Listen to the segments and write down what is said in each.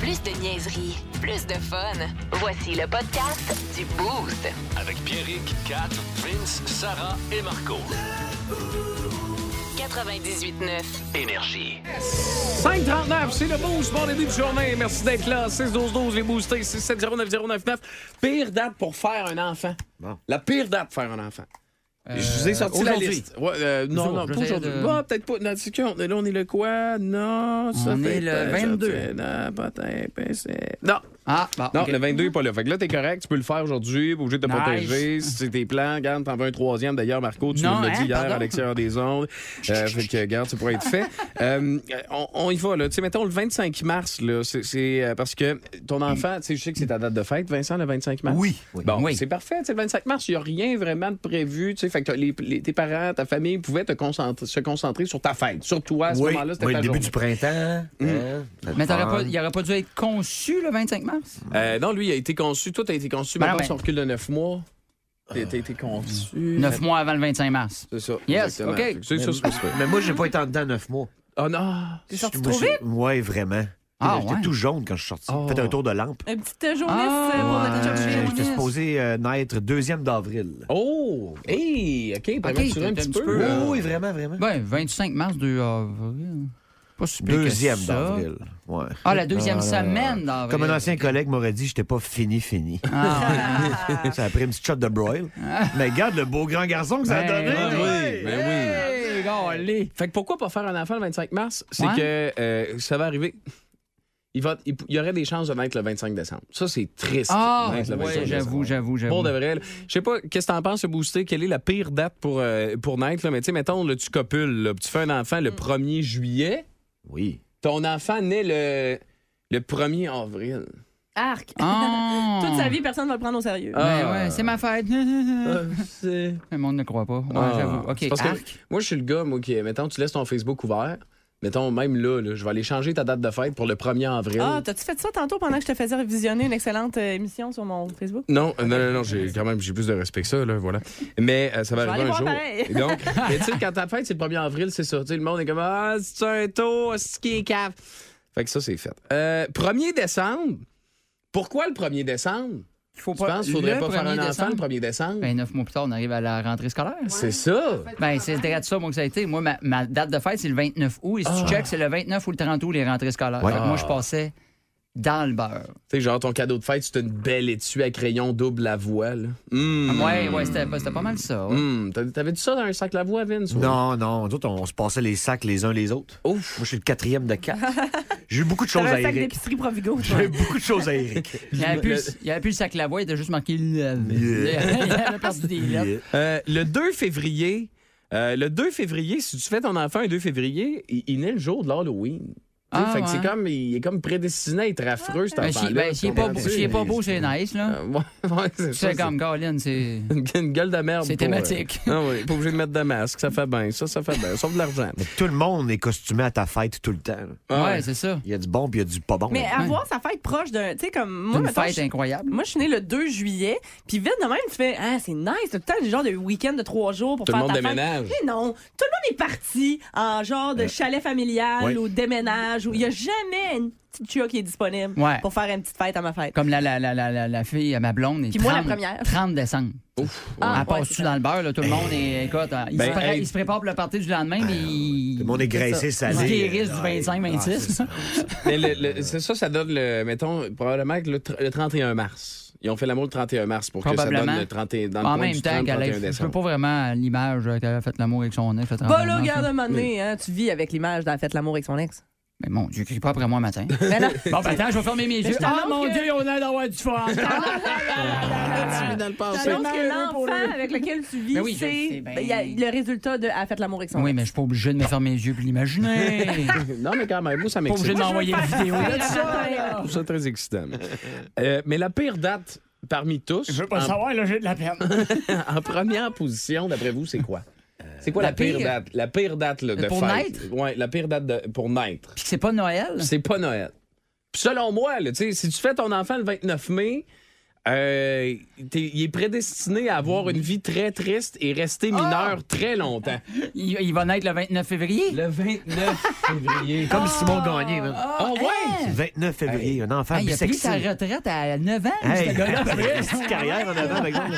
Plus de niaiserie, plus de fun. Voici le podcast du Boost. Avec Pierrick, Kat, Vince, Sarah et Marco. 98.9. Énergie. 5h39, c'est le Boost, bon début de journée. Merci d'être là. 6-12-12, les boostés, 670-9099. Pire date pour faire un enfant. Bon. La pire date pour faire un enfant. Je vous ai sorti la liste. Ouais, non, pas aujourd'hui. Peut-être pas. Non, c'est quoi? Là, on est le quoi? Non, ça on fait est le 22. Non, peut-être. Non. Ah, bon, Non, okay. Le 22 n'est pas là. Fait que là, t'es correct, tu peux le faire aujourd'hui, pas obligé de te protéger. Si c'est tes plans, regarde, t'en veux un troisième. D'ailleurs, Marco, tu nous l'as dit hier à l'extérieur des ondes. Fait que, regarde, ça pourrait être fait. On y va, là. Tu sais, mettons, le 25 mars, là, c'est parce que ton enfant, tu sais, je sais que c'est ta date de fête, Vincent, le 25 mars. Oui. Bon, c'est parfait. Tu sais, le 25 mars, il n'y a rien vraiment de prévu. Tu sais, fait que tes parents, ta famille pouvaient se concentrer sur ta fête. Sur toi, à ce moment-là, c'était ta le début journée. du printemps. Mais il n'aurait pas dû être conçu le 25 mars? Non, lui, il a été conçu. Toi, t'as été conçu, mais son recul de 9 mois. T'as été conçu. 9 mois avant le 25 mars. C'est ça. Yes, exactement. OK. C'est ça, Mais moi, j'ai pas été en dedans 9 mois. Oh non! T'es sorti trop vite? Oui, vraiment. J'étais tout jaune quand je suis sorti. J'ai fait un tour de lampe. Une petite journée pour notre job. J'étais supposé naître 2e d'avril. Oh! Hey! OK, prématuré un petit peu. Oui, vraiment, vraiment. Ben, 25 mars, 2 avril. Pas si pire que 2e ça. d'avril. Ouais. Ah, la deuxième semaine d'avril. Comme un ancien collègue m'aurait dit, j'étais pas fini. Ça a pris une petite shot de broil. Mais regarde le beau grand garçon que ça a donné. Oui. Fait que pourquoi pas faire un enfant le 25 mars? C'est que ça va arriver. Il y aurait des chances de naître le 25 décembre. Ça, c'est triste. Ah, naître le 25 j'avoue. Bon, de vrai. Je sais pas, qu'est-ce que t'en penses, Boosté? Quelle est la pire date pour naître? Là? Mais tu sais, mettons, là, tu copules, là, tu fais un enfant le 1er juillet. Oui. Ton enfant naît le 1er avril. Arc. Oh. Toute sa vie, personne ne va le prendre au sérieux. Ouais, c'est ma fête. C'est... Le monde ne croit pas. Ouais, j'avoue. OK, parce que arc. moi, je suis le gars, qui, mettons, tu laisses ton Facebook ouvert. Mettons, même là, je vais aller changer ta date de fête pour le 1er avril. Ah, t'as-tu fait ça tantôt pendant que je te faisais visionner une excellente émission sur mon Facebook? Non, j'ai plus de respect que ça, là, voilà. Mais ça va arriver un jour. Donc, mais tu sais, quand ta fête, c'est le 1er avril, c'est ça. Tu sais, le monde est comme, c'est un taux, c'est qui est cave. Fait que ça, c'est fait. 1er décembre. Pourquoi le 1er décembre? Tu penses qu'il ne faudrait pas faire un enfant le 1er décembre? Ben, 9 mois plus tard, on arrive à la rentrée scolaire. C'est ça. Ben, c'est direct ça, moi, que ça a été. Moi, ma date de fête, c'est le 29 août. Et si tu checkes, c'est le 29 ou le 30 août, les rentrées scolaires. Fait que moi, je passais dans le beurre. Tu sais, genre, ton cadeau de fête, c'était une belle étui à crayon double Lavoie, là. Ouais, c'était pas mal ça. Ouais. T'avais-tu ça dans un sac Lavoie, Vince? Non. Nous autres, on se passait les sacs les uns les autres. Ouf. Moi, je suis le 4e de 4. J'ai eu beaucoup de choses à un sac Eric. d'épicerie Provigo. J'ai eu beaucoup de choses à Eric. Il n'y avait plus le sac Lavoie, il était juste marqué il avait perdu des lettres. Le 2 février, si tu fais ton enfant un 2 février, il naît le jour de l'Halloween. Fait que c'est comme, il est comme prédestiné à être affreux, cet enfant-là. S'il n'est pas beau, c'est nice, là. C'est comme, Colin, c'est... Une gueule de merde. C'est thématique. Pas obligé de mettre de masque, ça fait bien. Ça fait bien. Sauf de l'argent. Mais tout le monde est costumé à ta fête tout le temps. Ouais, c'est ça. Il y a du bon puis il y a du pas bon. Mais avoir sa fête proche d'un... Tu sais, comme... Moi, une fête incroyable. Moi, je suis née le 2 juillet, puis vite de même, tu fais, c'est nice, tout le temps, des genres de week-end de 3 jours pour tout faire le monde ta fête. déménage. Mais non, tout le monde est parti en genre de chalet familial ou déménage, où il n'y a jamais une petite chia qui est disponible pour faire une petite fête à ma fête. Comme la fille à ma blonde est puis moi, la première. 30 décembre. Ouf. Elle passe-tu dans le beurre, là, tout le monde est... Écoute, il se prépare pour le party du lendemain, mais tout le monde est graissé, salé. Ils se guérissent du 25-26. Mais c'est ça donne mettons, probablement que le 31 mars. Ils ont fait l'amour le 31 mars pour que ça donne le 31 dans le en coin même du temps 30, qu'elle 31 décembre. Je peux pas vraiment l'image qu'elle a fait l'amour avec son ex. Bah là, regarde un moment donné, tu vis avec l'image d'avoir fait l'amour avec son ex. Mais mon Dieu, crie pas après moi matin. Mais non. Bon, ben attends, je vais fermer mes yeux. Ah, mon Dieu, on a d'avoir du fun. Tu vis dans le passé. Donc, l'enfant avec lequel tu vis, c'est le résultat de a fait l'amour avec son ex. Oui, mais je suis pas obligé de me fermer les yeux et l'imaginer. Non, mais quand même, moi, ça Pas m'excite. obligé de m'envoyer une vidéo de ça. Je trouve ça très excitant. Mais la pire date parmi tous... Je veux pas savoir, là, j'ai de la peine. En première position, d'après vous, c'est quoi? C'est quoi la pire date? La pire date là, de pour fête? naître? Oui, la pire date pour naître. Puis c'est pas Noël? C'est pas Noël. Puis selon moi, là, si tu fais ton enfant le 29 mai, il est prédestiné à avoir une vie très triste et rester mineur très longtemps. Il va naître le 29 février. Le 29 février. Comme Simon Gagné. Ah ouais? 29 février, un enfant Il a pris bisexué. sa retraite à 9 ans. Hey, ce gars-là. une petite carrière en avant, par exemple.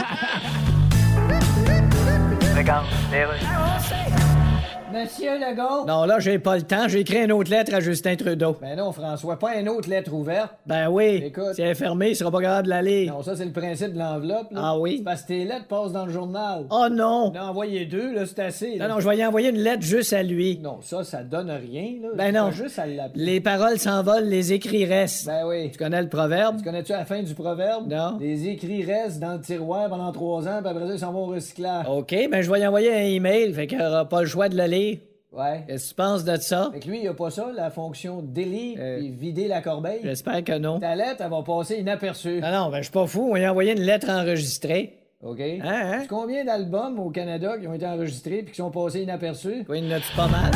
Monsieur Legault? Non, là, j'ai pas le temps. J'ai écrit une autre lettre à Justin Trudeau. Ben non, François, pas une autre lettre ouverte. Ben oui. Écoute. Si elle est fermée, il sera pas capable de la lire. Non, ça, c'est le principe de l'enveloppe, là. Ah oui? C'est parce que tes lettres passent dans le journal. Oh non! Non, envoyez 2, là, c'est assez. Là. Non, je vais y envoyer une lettre juste à lui. Non, ça donne rien, là. Ben non. Juste à l'appeler. Les paroles s'envolent, les écrits restent. Ben oui. Tu connais le proverbe? Tu connais-tu la fin du proverbe? Non. Les écrits restent dans le tiroir pendant 3 ans, puis après ça, ils s'en vont au recyclage. OK, ben je vais y envoyer un email, fait qu'il aura pas le choix de le lire. Ouais. Qu'est-ce que tu penses de ça? Fait que lui, il a pas ça, la fonction delete, puis vider la corbeille? J'espère que non. Ta lettre, elle va passer inaperçue. Non, ben je suis pas fou. On lui a envoyé une lettre enregistrée. OK. Hein? Combien d'albums au Canada qui ont été enregistrés puis qui sont passés inaperçus? Oui, il y en a-tu pas mal?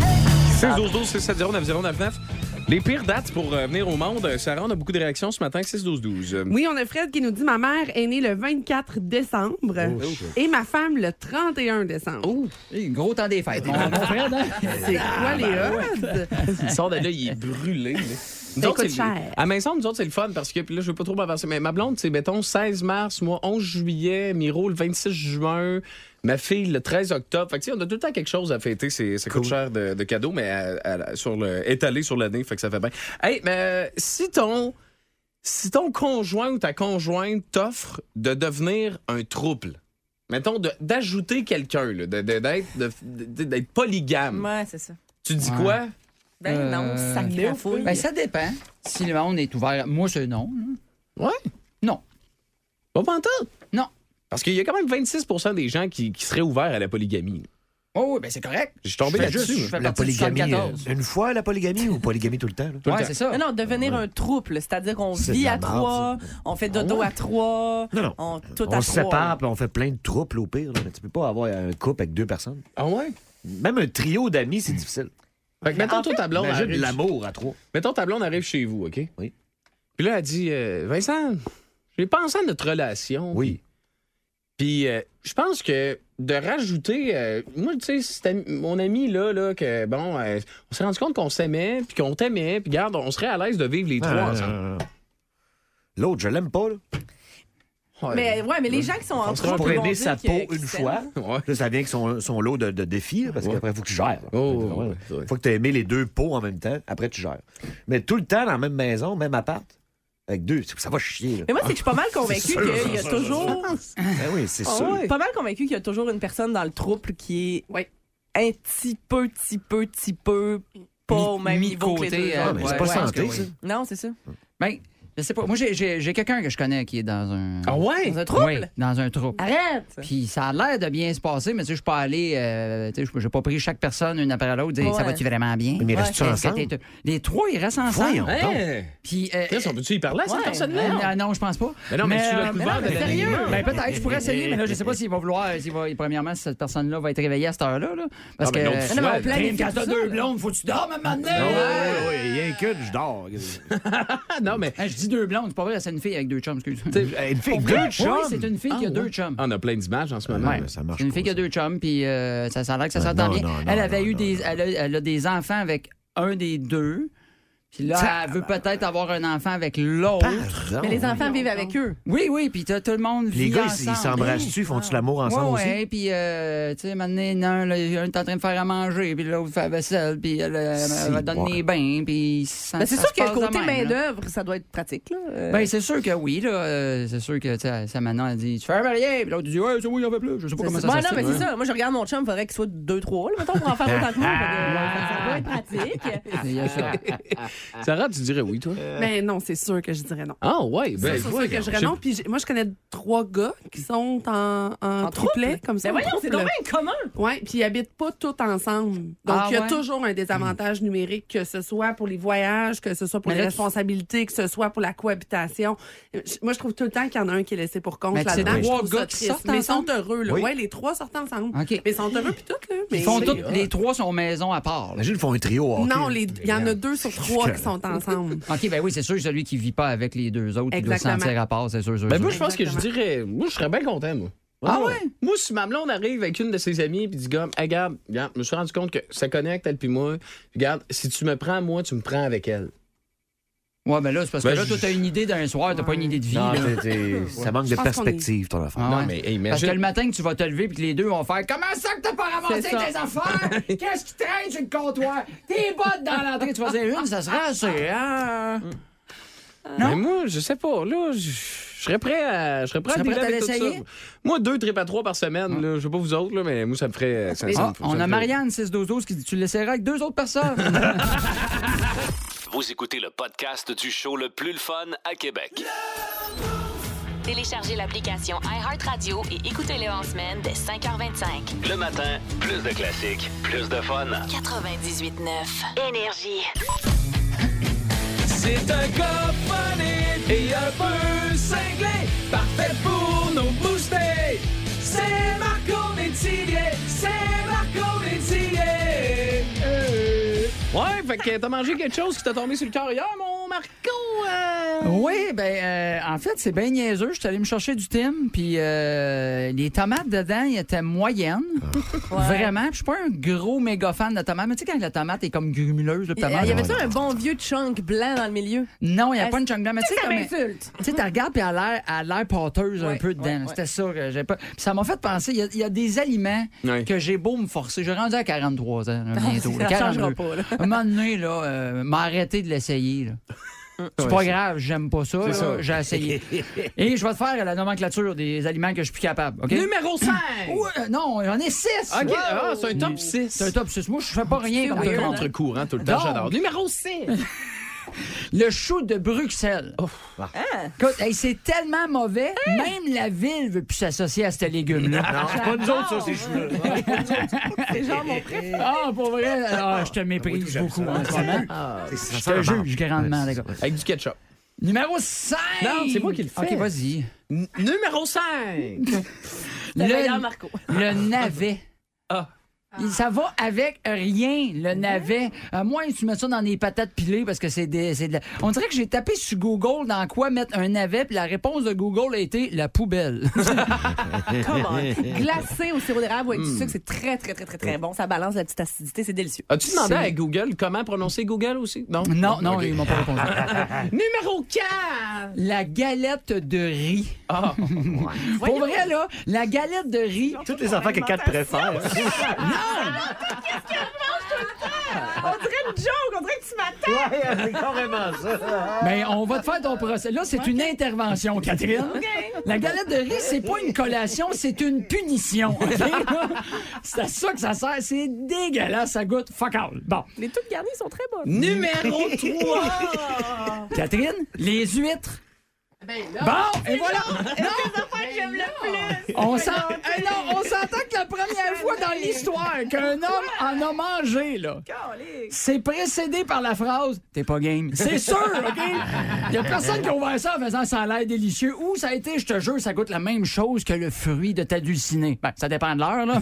612-12-670-9099. Les pires dates pour venir au monde. Sarah, on a beaucoup de réactions ce matin. 612-12. Oui, on a Fred qui nous dit « Ma mère est née le 24 décembre et ma femme le 31 décembre. » Gros temps des fêtes. Mon Fred, hein? C'est quoi les odds? Il sort de là, il est brûlé. Ça coûte cher. À Maison, nous autres, c'est le fun parce que, puis là, je veux pas trop m'avancer, mais ma blonde, c'est, mettons, 16 mars, moi, 11 juillet, Miro, le 26 juin, ma fille, le 13 octobre. Fait que, tu sais, on a tout le temps quelque chose à fêter. Ça coûte cher de cadeaux, mais étalé sur l'année, fait que ça fait bien. Hey, mais si ton conjoint ou ta conjointe t'offre de devenir un trouble, mettons, d'ajouter quelqu'un, là, d'être polygame. Ouais, c'est ça. Tu dis quoi? Ben non, sacré fouille. Ben ça dépend. Si le monde est ouvert, moi c'est non. Ouais? Non. Pas pantoute? Non. Parce qu'il y a quand même 26 % des gens qui seraient ouverts à la polygamie. Oh oui, ben c'est correct. Je suis tombé là-dessus. La polygamie, une fois la polygamie ou polygamie tout le temps? Oui, c'est ça. Non, devenir un trouble, c'est-à-dire qu'on vit à 3, on fait dodo à 3, non. On se sépare puis on fait plein de troupes au pire. Là. Mais tu peux pas avoir un couple avec 2 personnes. Ah ouais? Même un trio d'amis, c'est difficile. Fait que mettons, ta blonde arrive... l'amour à 3. Mettons, ta blonde arrive chez vous, OK? Oui. Puis là, elle dit, Vincent, j'ai pensé à notre relation. Oui. Puis je pense que de rajouter... moi, tu sais, c'était mon ami, là, que, bon, on s'est rendu compte qu'on s'aimait, puis qu'on t'aimait, puis regarde, on serait à l'aise de vivre les 3 ensemble. L'autre, je l'aime pas, là. Mais les gens qui sont en couple pour aimer sa peau une fois, ouais. Là, ça vient avec son lot de défis, là, parce qu'après, il faut que tu gères. Il faut que tu aies aimé les 2 peaux en même temps, après tu gères. Mais tout le temps, dans la même maison, même appart, avec 2, ça va chier. Là. Mais moi, c'est que je suis pas mal convaincu qu'il y a toujours... oui, c'est sûr. Je suis pas mal convaincu qu'il y a toujours une personne dans le trouble qui est un petit peu pas au même niveau que les deux. Mais c'est pas santé, ça. Non, c'est ça. Ben, je sais pas. Moi, j'ai quelqu'un que je connais qui est dans un... Ah ouais? Dans un trouble? Oui, dans un trouble. Arrête! Puis ça a l'air de bien se passer, mais tu sais, je suis pas allé... tu sais, j'ai pas pris chaque personne une après l'autre dire ça va-tu vraiment bien? Mais ils restent ensemble? Les 3, ils restent ensemble. Puis... on peut-tu y parler à cette personne-là? Non, je pense pas. Mais non, mais tu l'as couvert de sérieux? Ben peut-être, je pourrais essayer, mais là, je sais pas s'il va vouloir... Premièrement, si cette personne-là va être réveillée à cette heure-là. Parce que... Quand t'as 2 blondes, faut que tu dormes maintenant. Oui, il y a un que je dors. Non, mais... Je dis 2 blondes, c'est pas vrai, c'est une fille avec 2 chums, excuse. Une fille avec 2 chums? Oui, c'est une fille qui a 2 chums. On a plein d'images en ce moment. Ouais. Ça marche. C'est une fille qui a 2 chums, puis ça a l'air que ça s'entend bien. Elle a des enfants avec un des 2. Puis là, elle veut peut-être avoir un enfant avec l'autre. Mais les enfants vivent avec eux. Oui, puis tout le monde vit les gars, ensemble. Ils s'embrassent-tu? Font-tu l'amour ensemble aussi? Oui, puis, tu sais, maintenant, un est en train de faire à manger, puis l'autre fait la vaisselle, puis elle va donner les bains, puis c'est sûr que côté main-d'œuvre, ça doit être pratique, là. Ben, c'est sûr que oui, là. C'est sûr que, tu sais, sa maman, elle dit, tu fais un rien, puis l'autre dit, ouais, c'est moi, il en veut plus. Je sais pas comment ça se passe. Non, mais c'est ça. Moi, je regarde mon chum, il faudrait qu'il soit 2-3, là, mettons, pour en faire autant que moi. Ça doit être pratique. Sarah, tu dirais oui, toi? Mais non, c'est sûr que je dirais non. Ah, ouais. Ben, c'est sûr que je dirais non. Puis moi, je connais 3 gars qui sont en triplet, comme ça. Mais voyons, c'est dommage commun. Oui, puis ils habitent pas tous ensemble. Donc, il y a toujours un désavantage numérique, que ce soit pour les voyages, que ce soit pour les responsabilités, que ce soit pour la cohabitation. Moi, je trouve tout le temps qu'il y en a un qui est laissé pour compte là-dedans. Mais 3 gars qui sortent ensemble? Mais ils sont heureux, là. Oui, les 3 sortent ensemble. Okay. Mais ils sont heureux, puis tout, là. Ils font les 3 sont maison à part. Imagine, ils font un trio. Non, il y en a 2 sur 3 pas qu'ils sont ensemble. OK, ben oui, c'est sûr, celui qui vit pas avec les deux autres, il doit se sentir à part, c'est sûr. Ben moi, je pense que je dirais... Moi, je serais bien content, moi. Ah ouais? Moi, si ma blonde arrive avec une de ses amies et dit, gars, hey, regarde, je me suis rendu compte que ça connecte, elle puis moi. Regarde, si tu me prends, moi, tu me prends avec elle. Ouais, ben là, c'est parce que là, toi, t'as une idée d'un soir, t'as pas une idée de vie. Non, ça manque de perspective, ton affaire. Ah, non, mais imagine. Parce que le matin que tu vas te lever puis que les deux vont faire comment ça que t'as pas ramassé tes affaires? Qu'est-ce qui traîne sur le comptoir? Tes bottes dans l'entrée, tu vas dire une, ça serait assez, hein? Non? Mais moi, je sais pas, là, je serais prêt à dealer avec tout ça. Moi, 2 tripes à 3 par semaine, là, je sais pas vous autres, là, mais moi, ça me ferait... on a Marianne 612 qui dit tu le laisseras avec 2 autres personnes. Vous écoutez le podcast du show le plus le fun à Québec. Téléchargez l'application iHeartRadio et écoutez-le en semaine dès 5h25. Le matin, plus de classiques, plus de fun. 98.9 Énergie. C'est un gars funny et un peu cinglé, parfait pour nous booster. C'est Marco Métivier, Ouais, fait que t'as mangé quelque chose qui t'a tombé sur le cœur hier, mon Marco? Oui, ben, en fait, c'est bien niaiseux. Je suis allé me chercher du Tim, puis les tomates dedans, ils étaient moyennes. Vraiment. Puis je suis pas un gros méga fan de tomates. Mais tu sais, quand la tomate est comme grumeuse, il y avait-tu un bon vieux chunk blanc dans le milieu? Non, il n'y a pas une chunk blanc. Mais tu sais, ça m'insulte. Tu sais, tu regardes, puis elle a l'air pâteuse un peu dedans. C'était ça que j'ai pas. Puis ça m'a fait penser, il y a des aliments que j'ai beau me forcer. J'ai rendu à 43 ans, bientôt. Ça changera pas, là. À un moment donné, là, m'a arrêté de l'essayer, là. C'est pas grave, j'aime pas ça. J'ai essayé. Et je vais te faire la nomenclature des aliments que je suis plus capable. Okay? Numéro 5! Non, j'en ai 6! OK, c'est un top 6. C'est un top 6. Moi, je fais pas rien comme ça. Contre-courant tout le temps, j'adore. Numéro 6! Le chou de Bruxelles. Écoute, c'est tellement mauvais, même la ville veut plus s'associer à ce légume-là. Non, c'est pas nous autres, ça, ces choux-là. C'est genre mon préféré. Ah, pour vrai? Je te méprise beaucoup en ce moment. Je te juge grandement, d'accord. Avec du ketchup. Numéro 5! Non, c'est moi qui le fais. OK, vas-y. Numéro 5! Le navet. Ça va avec rien, le navet. À moins que tu mets ça dans des patates pilées parce que c'est de la... On dirait que j'ai tapé sur Google dans quoi mettre un navet, puis la réponse de Google a été la poubelle. Comment? Glacé au sirop d'érable ou avec du sucre, c'est très, très, très, très, très bon. Ça balance la petite acidité, c'est délicieux. As-tu demandé à Google comment prononcer Google aussi? Non, ils m'ont pas répondu. Numéro 4! La galette de riz. Pour vrai, là, la galette de riz... Toutes les enfants que 4 préfèrent. Qu'est-ce que je mange tout le temps? On dirait une joke, on dirait que tu m'attends. Ouais, c'est carrément ça. Mais on va te faire ton procès. Là, c'est une intervention, Catherine. La galette de riz, c'est pas une collation, c'est une punition. C'est à ça que ça sert. C'est dégueulasse, ça goûte fuck all. Bon. Les toutes garnies sont très bonnes. Numéro 3! Catherine, les huîtres. Bon, et voilà! J'aime le plus! On s'entend que la première fois dans l'histoire qu'un homme en a mangé, là, c'est précédé par la phrase « T'es pas game ». C'est sûr, OK? Il y a personne qui a ouvert ça en faisant « Ça a l'air délicieux » ou ça a été « Je te jure, ça goûte la même chose que le fruit de ta dulcinée ». Ben, ça dépend de l'heure, là.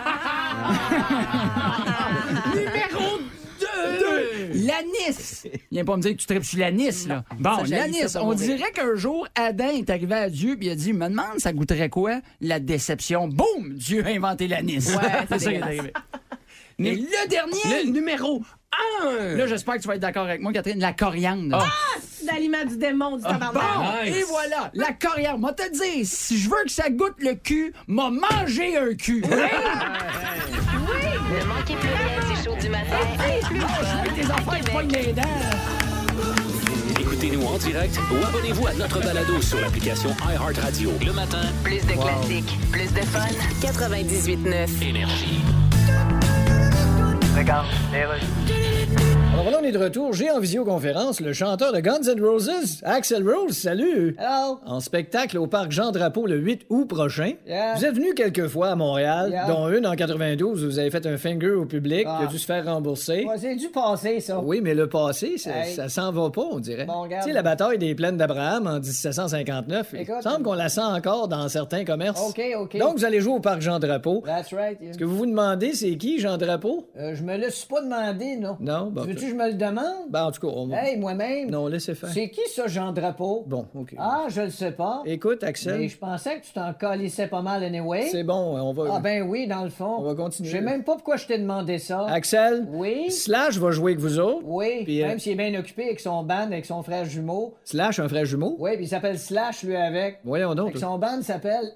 Numéro 2! L'anis. Viens pas me dire que tu tripes sur l'anis, là. Bon, l'anis. On dirait qu'un jour, Adam est arrivé à Dieu et il a dit, me demande, ça goûterait quoi? La déception. Boum! Dieu a inventé l'anis. Ouais, c'est ça qui est arrivé. Mais le dernier... Le numéro 1! Là, j'espère que tu vas être d'accord avec moi, Catherine. La coriandre. L'aliment du démon, du tabarnak. Bon, nice. Et voilà, la coriandre. Moi, te dire, si je veux que ça goûte le cul, m'a mangé un cul. Ne manquez plus rien du show du matin. Tes affaires pognent les dents. Écoutez-nous en direct ou abonnez-vous à notre balado sur l'application iHeartRadio. Le matin, plus de classiques, plus de fun. 98.9 Énergie. Regarde, alors là, on est de retour. J'ai en visioconférence le chanteur de Guns N' Roses, Axl Rose. Salut! Hello! En spectacle au Parc Jean-Drapeau le 8 août prochain. Yeah. Vous êtes venu quelques fois à Montréal, dont une en 92 où vous avez fait un finger au public qui a dû se faire rembourser. Ouais, c'est du passé, ça. Oui, mais le passé, ça s'en va pas, on dirait. Bon, tu sais, la bataille des plaines d'Abraham en 1759, il semble qu'on la sent encore dans certains commerces. OK. Donc, vous allez jouer au Parc Jean-Drapeau. That's right. Yeah. Ce que vous vous demandez, c'est qui, Jean-Drapeau? Je me le suis pas demandé, non. Non? Bon, veux-tu veux-tu je me le demande? Ben, en tout cas, Hey, moi-même. Non, laissez faire. C'est qui ça, Jean Drapeau? Bon, OK. Ah, je le sais pas. Écoute, Axel. Mais je pensais que tu t'en calissais pas mal anyway. C'est bon, on va... Ah ben oui, dans le fond. On va continuer. Je sais même pas pourquoi je t'ai demandé ça. Axel? Oui? Slash va jouer avec vous autres. Oui, Puis, même s'il est bien occupé avec son band, avec son frère jumeau. Slash, un frère jumeau? Oui, puis il s'appelle Slash, lui, avec. Voyons donc. Son band s'appelle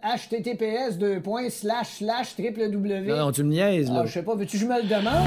https://www. Non, tu me niaises, là. Ah, je sais pas, veux-tu que je me le demande?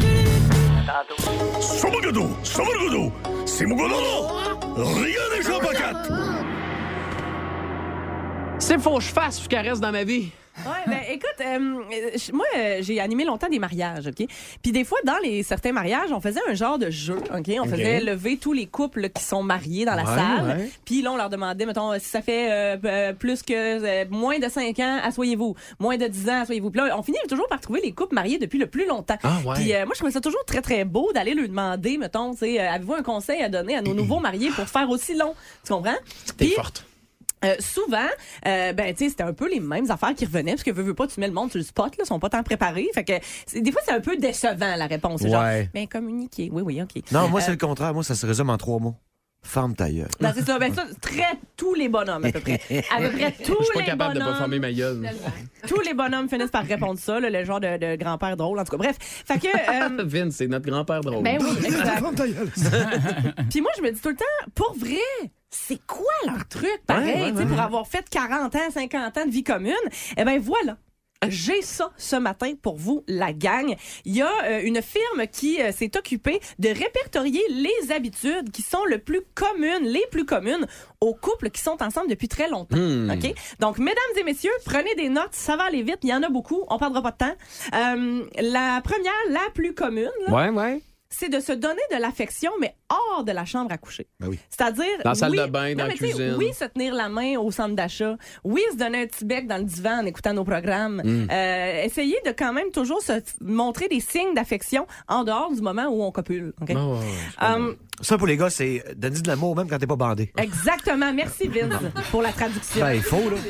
C'est faut que je fasse ce qu'elle reste dans ma vie. Ouais, ben écoute, moi, j'ai animé longtemps des mariages, OK? Puis des fois, dans certains mariages, on faisait un genre de jeu, OK? On faisait lever tous les couples qui sont mariés dans la salle. Puis là, on leur demandait, mettons, si ça fait plus que moins de 5 ans, asseyez-vous. Moins de 10 ans, asseyez-vous. Puis là, on finit toujours par trouver les couples mariés depuis le plus longtemps. Puis moi, je trouvais ça toujours très, très beau d'aller leur demander, mettons, tu sais, avez-vous un conseil à donner à nos nouveaux mariés pour faire aussi long? Tu comprends? T'es forte. Souvent, ben tu sais, c'était un peu les mêmes affaires qui revenaient parce que veux pas, tu mets le monde sur le spot, là, ils sont pas tant préparés. Fait que des fois, c'est un peu décevant la réponse. C'est genre, ben communiquer. Oui, ok. Non, moi c'est le contraire. Moi, ça se résume en 3 mots. Ferme ta gueule. Ben, c'est ça. Ben ça, tous les bonhommes à peu près. À peu près tous les bonhommes. Je suis pas capable de pas fermer ma gueule. Tous les bonhommes finissent par répondre ça, là, le genre de grand-père drôle. En tout cas, bref. Fait que Vince, c'est notre grand-père drôle. Ben oui, exact. Ferme ta gueule. Puis moi, je me dis tout le temps, pour vrai. C'est quoi leur truc, pareil, pour avoir fait 40 ans, 50 ans de vie commune? Eh bien, voilà. J'ai ça ce matin pour vous, la gang. Il y a une firme qui s'est occupée de répertorier les habitudes qui sont les plus communes aux couples qui sont ensemble depuis très longtemps. OK? Donc, mesdames et messieurs, prenez des notes, ça va aller vite, il y en a beaucoup, on perdra pas de temps. La première, la plus commune, là, c'est de se donner de l'affection, mais hors de la chambre à coucher. Ben oui. C'est-à-dire... Dans la salle de bain, dans la cuisine. Oui, se tenir la main au centre d'achat. Oui, se donner un petit bec dans le divan en écoutant nos programmes. Essayer de quand même toujours se montrer des signes d'affection en dehors du moment où on copule. Okay? Ça, pour les gars, c'est donner de l'amour même quand t'es pas bandé. Exactement. Merci, Vince, pour la traduction. Ben, il faut, là.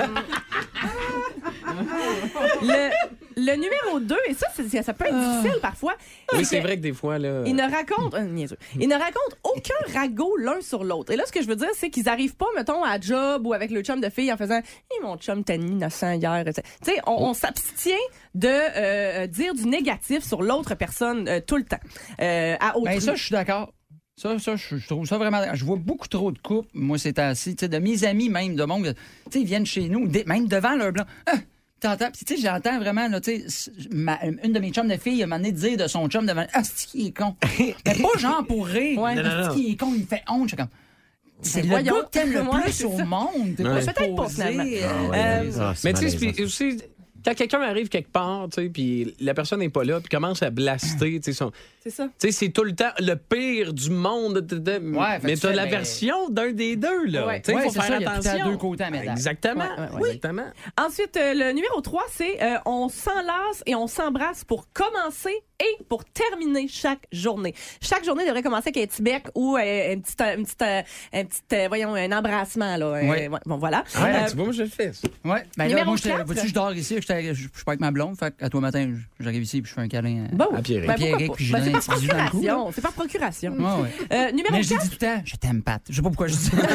Le numéro 2, et ça peut être difficile parfois. Oui, c'est vrai que des fois, là... Ils ne racontent aucun ragot l'un sur l'autre. Et là, ce que je veux dire, c'est qu'ils n'arrivent pas, mettons, à job ou avec le chum de fille en faisant « mon chum t'a mis innocent hier. » Tu sais, on s'abstient de dire du négatif sur l'autre personne tout le temps. À autrui. Ben ça, je suis d'accord. Ça, je trouve ça vraiment... Je vois beaucoup trop de couples, moi, c'est ainsi, de mes amis même, de monde, tu sais, ils viennent chez nous, même devant leur blanc. T'entends? Puis, tu sais, j'entends vraiment, là, tu sais, une de mes chums de filles m'a donné dire de son chum devant, c'est qui est con. Mais pas genre pour rire. C'est qui est con, il me fait honte. Je suis comme, c'est le gars que t'aimes le plus au monde. Peut-être pas, finalement. Mais tu sais, aussi, quand quelqu'un arrive quelque part, tu sais, puis la personne n'est pas là, puis commence à blaster, tu sais, c'est ça. Tu sais, c'est tout le temps le pire du monde. Mais t'as la version d'un des deux, là. Tu sais, il faut faire attention. Il y a deux côtés à médaille. Exactement. Exactement. Ensuite, le numéro 3, c'est on s'enlace et on s'embrasse pour commencer et pour terminer chaque journée. Chaque journée devrait commencer avec un petit bec ou un embrassement, là. Bon, voilà. Tu vois, moi, je le fais, ça. Ouais. Ben là, moi, je dors ici, je suis pas avec ma blonde, fait à toi matin, j'arrive ici puis je fais un câlin à Pierre-Éric, puis je donne un petit bisou dans le cou. C'est par procuration. Numéro 4. Mais j'ai dit tout le temps, je t'aime, Pat. Je sais pas pourquoi je dis ça.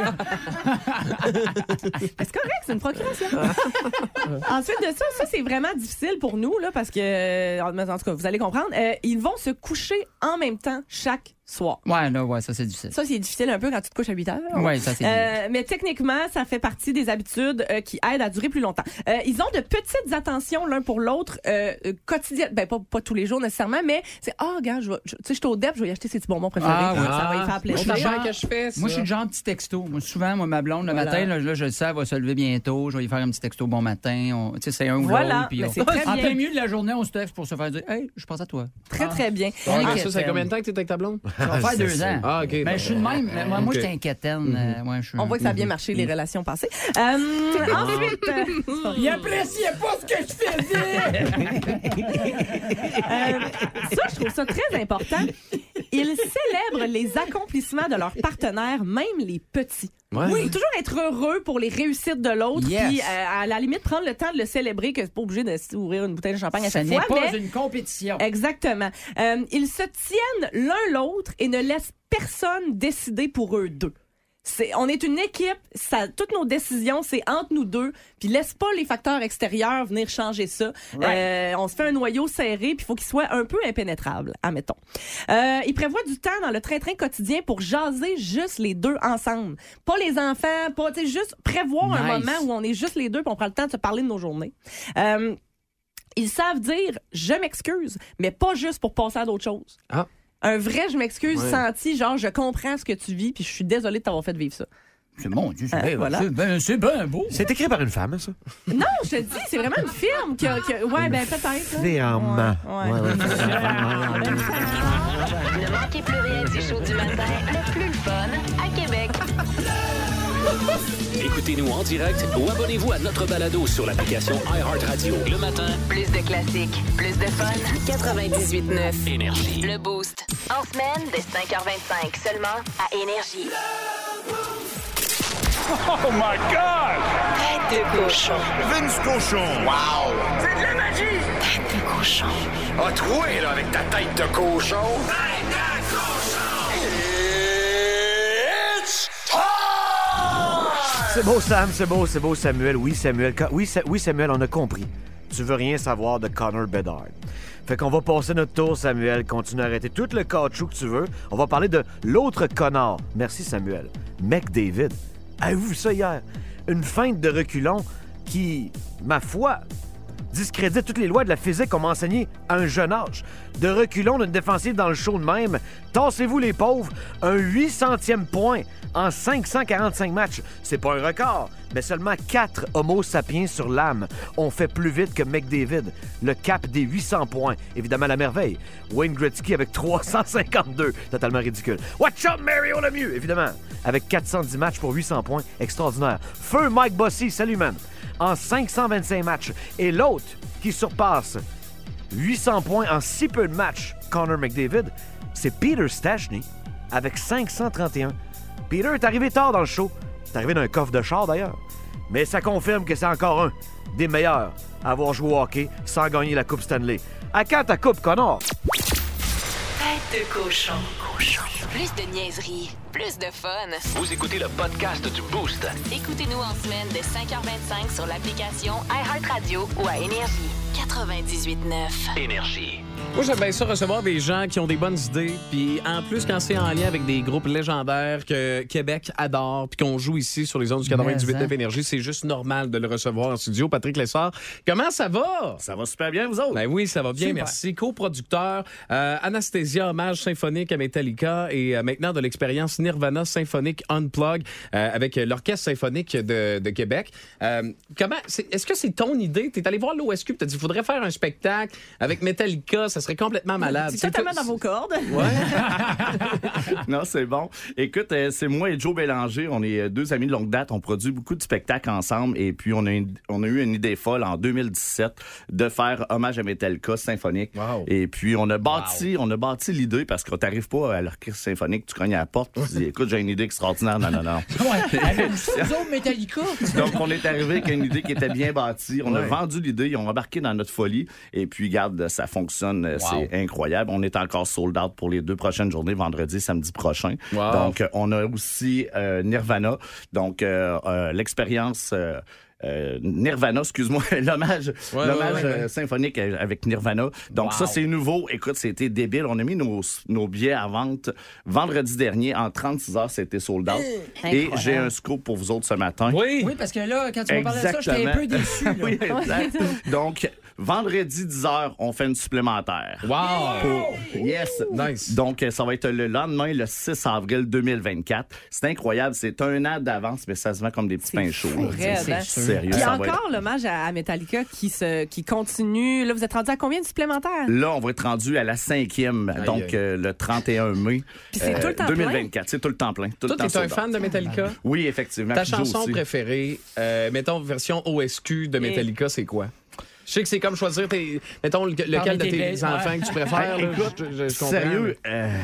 C'est correct, c'est une procuration. Ensuite de ça, c'est vraiment difficile pour nous, là, parce que, en tout cas, vous allez comprendre, ils vont se coucher en même temps chaque soir. Ouais, ça c'est difficile. Ça, c'est difficile un peu quand tu te couches à 8 heures. Ouais, ça c'est difficile. Mais techniquement, ça fait partie des habitudes qui aident à durer plus longtemps. Ils ont de petites attentions l'un pour l'autre quotidiennes. Ben, pas tous les jours nécessairement, mais c'est regarde, tu sais, je suis au DEP, je vais y acheter ses petits bonbons préférés. Ça va y faire plaisir. Moi, je suis le genre petit texto. Moi, souvent, ma blonde, le matin, là, je le sais, elle va se lever bientôt. Je vais lui faire un petit texto bon matin. Tu sais, c'est un ou l'autre. Puis en plein milieu de la journée, on se texte pour se faire dire hey, je pense à toi. Très, très bien. Ça fait combien de temps que tu es avec ta blonde? Ça va faire 2 ans. Ah, OK. Mais je suis de même. Moi, je suis inquiétaine. On voit que ça a bien marché, les relations passées. Ensuite... Il appréciait pas ce que je faisais! Ça, je trouve ça très important. Ils célèbrent les accomplissements de leurs partenaires, même les petits. Ouais. Oui, toujours être heureux pour les réussites de l'autre, Yes. puis à la limite prendre le temps de le célébrer, que c'est pas obligé d'ouvrir une bouteille de champagne à Ce chaque n'est fois. pas mais... une compétition. Exactement. Ils se tiennent l'un l'autre et ne laissent personne décider pour eux deux. On est une équipe, toutes nos décisions, c'est entre nous deux, puis laisse pas les facteurs extérieurs venir changer ça. Right. On se fait un noyau serré, puis il faut qu'il soit un peu impénétrable, admettons. Ils prévoient du temps dans le train-train quotidien pour jaser juste les deux ensemble. Pas les enfants, pas, tu sais, juste prévoir un Nice. moment où on est juste les deux, puis on prend le temps de se parler de nos journées. Ils savent dire « je m'excuse », mais pas juste pour passer à d'autres choses. Ah. Un vrai « je m'excuse » senti, genre « je comprends ce que tu vis, puis je suis désolée de t'avoir fait vivre ça ». C'est mon Dieu, voilà. c'est bien beau. C'est écrit par une femme, ça? Non, je te dis, c'est vraiment une firme qui a... Ouais, ben peut-être. là. Clairement. Ouais. Ne manquez plus rien du show du matin, le plus le fun à Québec. Écoutez-nous en direct ou abonnez-vous à notre balado sur l'application iHeartRadio. Le matin, Plus de classiques, plus de fun. 98.9. Énergie. Le Boost. En semaine, dès 5h25, seulement à Énergie. Oh my God! Tête de cochon. Vince Cochon. Wow! C'est de la magie! Tête de cochon. A troué, là, avec ta tête de cochon. Tête de cochon! It's time! C'est beau, Sam, c'est beau, Samuel. Oui, Samuel, on a compris. Tu veux rien savoir de Connor Bedard. Fait qu'on va passer notre tour, Samuel. Continue à arrêter tout le caoutchouc que tu veux. On va parler de l'autre connard. Merci, Samuel. McDavid. Avez-vous vu ça hier? Une feinte de reculon qui, ma foi, discrédite toutes les lois de la physique qu'on m'a enseigné à un jeune âge. De reculon d'une défensive dans le show de même. Tassez-vous les pauvres. Un 800e point en 545 matchs. C'est pas un record, mais seulement 4 Homo sapiens sur l'âme ont fait plus vite que McDavid. Le cap des 800 points. Évidemment, la merveille. Wayne Gretzky avec 352. Totalement ridicule. Watch out, Mario Lemieux, évidemment. Avec 410 matchs pour 800 points. Extraordinaire. Feu Mike Bossy, salut, man. En 525 matchs. Et l'autre qui surpasse 800 points en si peu de matchs, Connor McDavid, c'est Peter Stastny avec 531. Peter est arrivé tard dans le show. C'est arrivé d'un coffre de char, d'ailleurs. Mais ça confirme que c'est encore un des meilleurs à avoir joué au hockey sans gagner la Coupe Stanley. À quand ta coupe, Connor? Tête de cochon. Plus de niaiserie, plus de fun. Vous écoutez le podcast du Boost. Écoutez-nous en semaine de 5h25 sur l'application iHeartRadio ou à Énergie. 98.9. Énergie. Moi, j'aime bien ça recevoir des gens qui ont des bonnes idées. Puis en plus, quand c'est en lien avec des groupes légendaires que Québec adore, puis qu'on joue ici sur les ondes du 98.9 Énergie, c'est juste normal de le recevoir en studio. Patrick Lessard, comment ça va? Ça va super bien, vous autres? Ben oui, ça va bien, Super. merci. Co-producteur, Anastasia, hommage symphonique à Metallica et maintenant de l'expérience Nirvana Symphonic Unplug avec l'Orchestre symphonique de Québec. Est-ce que c'est ton idée? T'es allé voir l'OSQ et t'as dit, il faudrait faire un spectacle avec Metallica, ça serait complètement malade. C'est totalement dans vos cordes. Ouais. Non, c'est bon. Écoute, c'est moi et Joe Bélanger. On est deux amis de longue date. On produit beaucoup de spectacles ensemble. Et puis, on a eu une idée folle en 2017 de faire hommage à Metallica symphonique. Wow. Et puis, on a bâti l'idée parce que t'arrives pas à l'orchestre symphonique, tu cognes à la porte, tu dis, écoute, j'ai une idée extraordinaire. Non. Ouais, avec ça, vous autres, Metallica. Donc, on est arrivé avec une idée qui était bien bâtie. On a vendu l'idée, ils ont embarqué dans notre folie. Et puis, regarde, ça fonctionne. C'est incroyable. On est encore sold out pour les 2 prochaines journées, vendredi, samedi prochain. Wow. Donc, on a aussi Nirvana. Donc, l'expérience... Nirvana, excuse-moi, l'hommage symphonique avec Nirvana. Donc ça, c'est nouveau. Écoute, c'était débile. On a mis nos billets à vente vendredi dernier. En 36 heures, c'était sold out. Et j'ai un scoop pour vous autres ce matin. Oui, parce que là, quand tu m'as parlé de ça, j'étais un peu déçu. Là. Oui, exact. Donc, vendredi 10h, on fait une supplémentaire. Wow! Yes! Nice. Donc, ça va être le lendemain, le 6 avril 2024. C'est incroyable. C'est un an d'avance, mais ça se vend comme des petits pains chauds. C'est sérieux. Puis Ça va encore l'hommage à Metallica qui continue. Là, vous êtes rendu à combien de supplémentaires? Là, on va être rendu à la 5e, donc le 31 mai Puis c'est tout le temps 2024. C'est tout le temps plein. Toi, t'es un fan de Metallica? Oui, effectivement. Ta Joe chanson aussi. préférée, mettons version OSQ de Metallica, c'est quoi? Je sais que c'est comme choisir mettons, lequel de tes enfants que tu préfères. Là, écoute, je sérieux,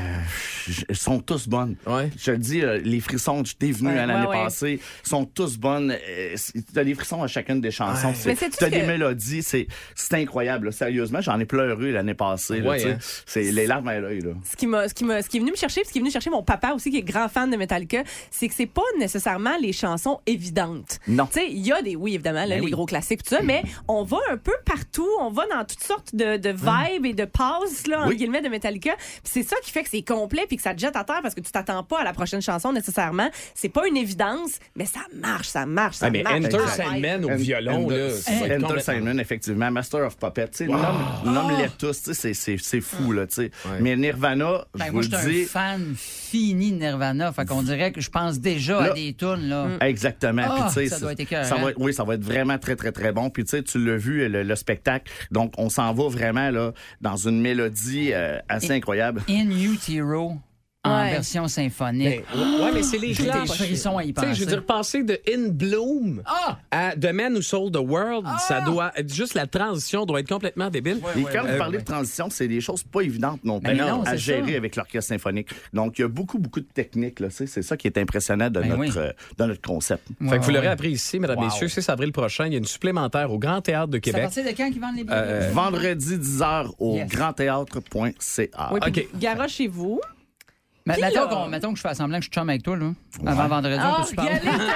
ils sont tous bonnes. Ouais. Je te dis, les frissons, je t'ai venu l'année passée, sont tous bonnes. T'as des frissons à chacune des chansons. T'as des mélodies, c'est incroyable. Là. Sérieusement, j'en ai pleuré l'année passée. Là, c'est les larmes à l'œil. Ce qui est venu me chercher, ce qui est venu chercher mon papa aussi, qui est grand fan de Metallica, c'est que c'est pas nécessairement les chansons évidentes. Non. Tu sais, il y a les évidemment, là, les gros classiques, tout ça, mais on va un peu partout, on va dans toutes sortes de vibes et de passes, là, entre guillemets, de Metallica. Puis c'est ça qui fait que c'est complet puis que ça te jette à terre parce que tu t'attends pas à la prochaine chanson nécessairement. C'est pas une évidence, mais ça marche. Mais Enter Sandman au violon, là. Enter Sandman, effectivement. Master of Puppets, tu sais, nomme-les tous, tu sais, c'est fou, là, tu sais. Mais Nirvana, je vous le dis... Moi, je suis un fan fini de Nirvana, fait qu'on dirait que je pense déjà à des tunes, là. Exactement. Puis, tu sais, ça doit être écœurant. Ça va être vraiment très, très, très bon. Puis, tu sais, tu l'as vu, le spectacle. Donc, on s'en va vraiment, là, dans une mélodie assez incroyable. In Utero. En version symphonique. Mais c'est les clashs. Des frissons à y penser. Je veux dire, passer de In Bloom à The Man Who Sold the World, ça doit être juste la transition doit être complètement débile. Et quand vous parlez de transition, c'est des choses pas évidentes non plus à gérer avec l'orchestre symphonique. Donc, il y a beaucoup de techniques. Là, c'est ça qui est impressionnant de notre concept. Fait que vous l'aurez appris ici, mesdames et messieurs, 6 avril prochain, il y a une supplémentaire au Grand Théâtre de Québec. C'est à partir de quand qu'ils vendent les billets? Vendredi 10h au grandthéâtre.ca. OK. Garochez-vous. Mettons que je fais semblant que je chum avec toi, là. Avant vendredi, on peut se parler.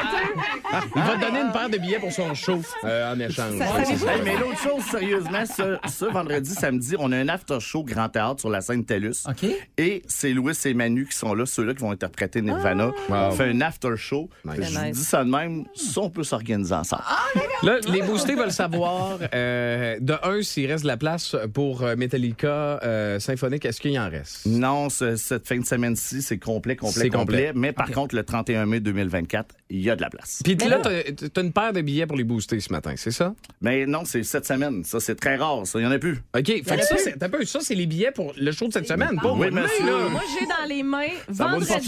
Il va te donner une paire de billets pour son show en échange. Mais l'autre chose, sérieusement, ce vendredi, samedi, on a un after-show Grand Théâtre sur la scène TELUS. Et c'est Louis et Manu qui sont là, ceux-là qui vont interpréter Nirvana. On fait un after-show. Je dis ça de même, ça, on peut s'organiser ensemble. Là, les boostés veulent savoir, s'il reste de la place pour Metallica symphonique, est-ce qu'il y en reste? Non, cette fin de semaine c'est complet. Mais par contre, le 31 mai 2024, il y a de la place. Puis là, t'as une paire de billets pour les booster ce matin, c'est ça? Mais non, c'est cette semaine. Ça, c'est très rare. Ça, il n'y en a plus. OK. Fait que ça, c'est les billets pour le show de cette semaine. Oui, merci. Moi, j'ai dans les mains vendredi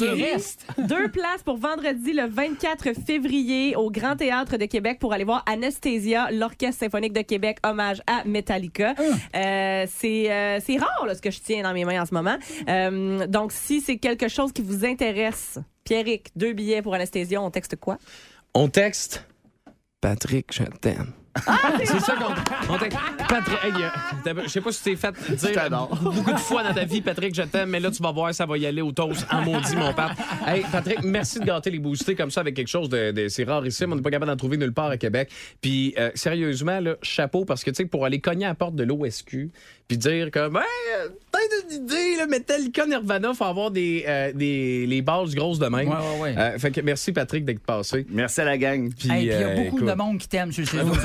2 places pour vendredi le 24 février au Grand Théâtre de Québec pour aller voir Anesthesia, l'Orchestre symphonique de Québec, hommage à Metallica. C'est rare là, ce que je tiens dans mes mains en ce moment. Donc, si c'est quelque chose qui vous intéresse, Pierrick, 2 billets pour Anesthésia, on texte quoi? On texte Patrick, je t'aime. C'est ça qu'on texte. Patrick, je sais pas si tu t'es fait dire beaucoup de fois dans ta vie, Patrick, je t'aime, mais là, tu vas voir, ça va y aller au toast en maudit, mon père. Hey, Patrick, merci de gâter les boostés comme ça avec quelque chose c'est rarissime. On n'est pas capable d'en trouver nulle part à Québec. Puis, sérieusement, là, chapeau, parce que, tu sais, pour aller cogner à la porte de l'OSQ, puis dire que, peut-être une idée, là, Metallica, Nirvana, faut avoir les bases grosses de même. Fait que merci, Patrick, d'être passé. Merci à la gang. Puis, il y a beaucoup de monde qui t'aime sur le Facebook.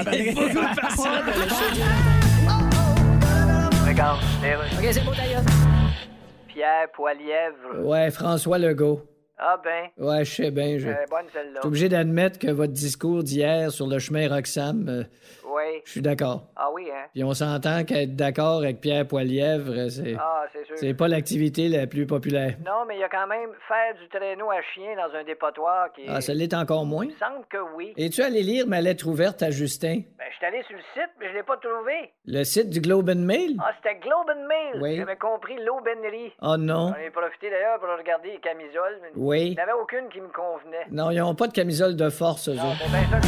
Regarde, OK, c'est beau d'ailleurs. Pierre Poilièvre. Ouais, François Legault. Ah ben. Ouais, je sais bien. Bonne celle-là. Je suis obligé d'admettre que votre discours d'hier sur le chemin Roxham, oui. Je suis d'accord. Ah oui, hein? Puis on s'entend qu'être d'accord avec Pierre Poilièvre, c'est... Ah, c'est sûr. C'est pas l'activité la plus populaire. Non, mais il y a quand même faire du traîneau à chien dans un dépotoir qui... Ah, ça l'est encore moins? Il semble que oui. Es-tu allé lire ma lettre ouverte à Justin? Ben, je suis allé sur le site, mais je l'ai pas trouvé. Le site du Globe and Mail? Ah, c'était Globe and Mail. Oui. J'avais compris l'aubainerie. Oh non. J'en ai profité d'ailleurs pour regarder les camisoles. Mais oui. Il n'y en avait aucune qui me convenait. Non, ils n'ont pas de camisole de force, eux autres.